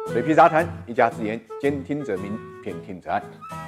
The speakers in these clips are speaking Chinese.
水皮杂谈，一家之言，兼听则明，偏听则暗。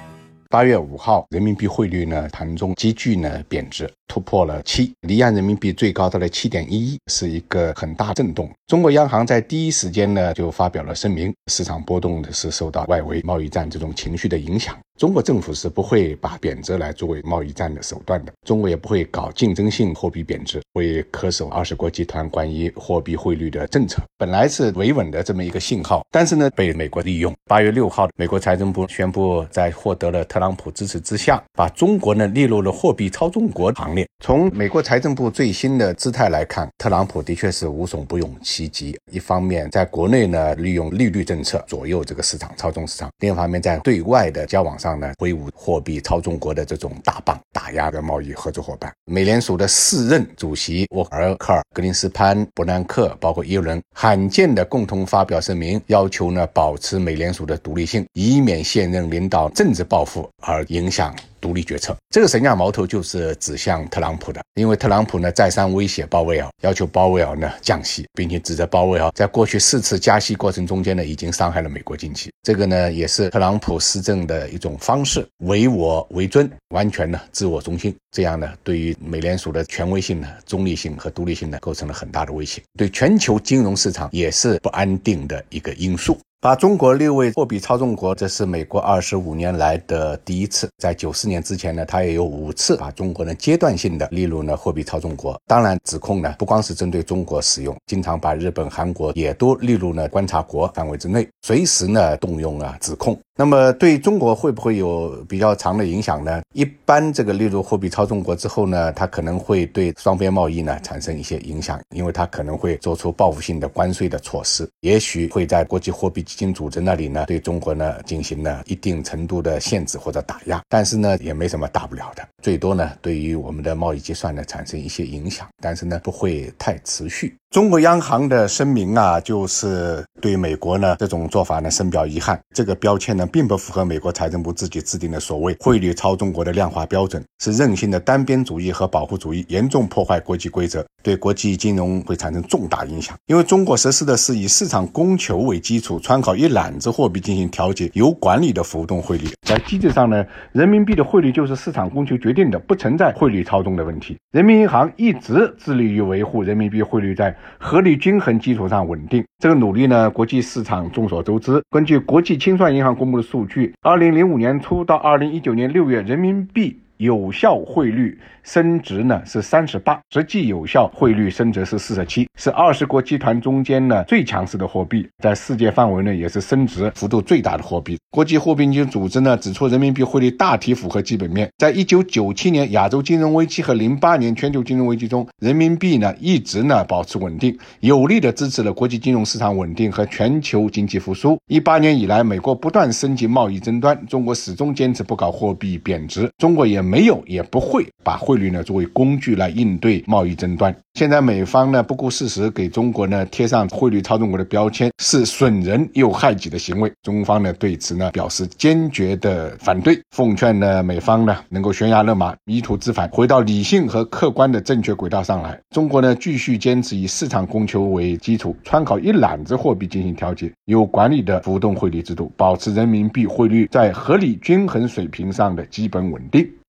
8月5号，人民币汇率呢盘中急剧贬值，突破了7，离岸人民币最高到了7.11，是一个很大震动。中国央行在第一时间呢就发表了声明，市场波动是受到外围贸易战这种情绪的影响。中国政府是不会把贬值来作为贸易战的手段的，中国也不会搞竞争性货币贬值，会恪守20国集团关于货币汇率的政策。本来是维稳的这么一个信号，但是呢被美国利用。8月6号，美国财政部宣布，在获得了特朗普支持之下，把中国呢列入了货币操纵国行列。从美国财政部最新的姿态来看，特朗普的确是无所不用其极。一方面在国内呢利用利率政策左右这个市场，操纵市场；另一方面在对外的交往上呢挥舞货币操纵国的这种大棒，打压的贸易合作伙伴。美联储的4任主席沃尔克尔、格林斯潘、伯南克，包括耶伦，罕见的共同发表声明，要求呢保持美联储的独立性，以免现任领导政治抱负而影响独立决策。这个神价矛头就是指向特朗普的，因为特朗普呢再三威胁鲍威尔，要求鲍威尔呢降息，并且指责鲍威尔在过去4次加息过程中间呢已经伤害了美国经济。这个呢也是特朗普施政的一种方式，唯我为尊，完全呢自我中心，这样呢对于美联储的权威性呢、中立性和独立性呢构成了很大的威胁，对全球金融市场也是不安定的一个因素。把中国列为货币操纵国，这是美国25年来的第一次。在94年之前呢，他也有5次把中国呢阶段性的列入呢货币操纵国。当然指控呢不光是针对中国使用，经常把日本、韩国也都列入呢观察国范围之内，随时呢动用指控。那么对中国会不会有比较长的影响呢？一般这个列入货币操纵国之后呢，它可能会对双边贸易呢产生一些影响，因为它可能会做出报复性的关税的措施，也许会在国际货币基金组织那里呢对中国呢进行了一定程度的限制或者打压，但是呢也没什么大不了的，最多呢对于我们的贸易结算呢产生一些影响，但是呢不会太持续。中国央行的声明就是对美国呢这种做法呢深表遗憾，这个标签呢并不符合美国财政部自己制定的所谓汇率操纵国的量化标准，是任性的单边主义和保护主义，严重破坏国际规则，对国际金融会产生重大影响。因为中国实施的是以市场供求为基础，参考一揽子货币进行调节，有管理的浮动汇率。在机制上呢，人民币的汇率就是市场供求决定的，不存在汇率操纵的问题。人民银行一直致力于维护人民币汇率在合理均衡基础上稳定，这个努力呢国际市场众所周知。根据国际清算银行公布的数据，2005年初到2019年6月，人民币有效汇率升值呢是38，实际有效汇率升值是47，是20国集团中间呢最强势的货币，在世界范围内也是升值幅度最大的货币。国际货币基金组织呢指出，人民币汇率大体符合基本面。在1997年亚洲金融危机和08年全球金融危机中，人民币呢一直呢保持稳定，有力的支持了国际金融市场稳定和全球经济复苏。18年以来，美国不断升级贸易争端，中国始终坚持不搞货币贬值，中国也没有也不会把汇率呢作为工具来应对贸易争端。现在美方呢不顾事实，给中国呢贴上汇率操纵国的标签，是损人又害己的行为。中方呢对此呢表示坚决的反对，奉劝呢美方呢能够悬崖勒马，迷途知返，回到理性和客观的正确轨道上来。中国呢继续坚持以市场供求为基础，参考一揽子货币进行调节，有管理的浮动汇率制度，保持人民币汇率在合理均衡水平上的基本稳定。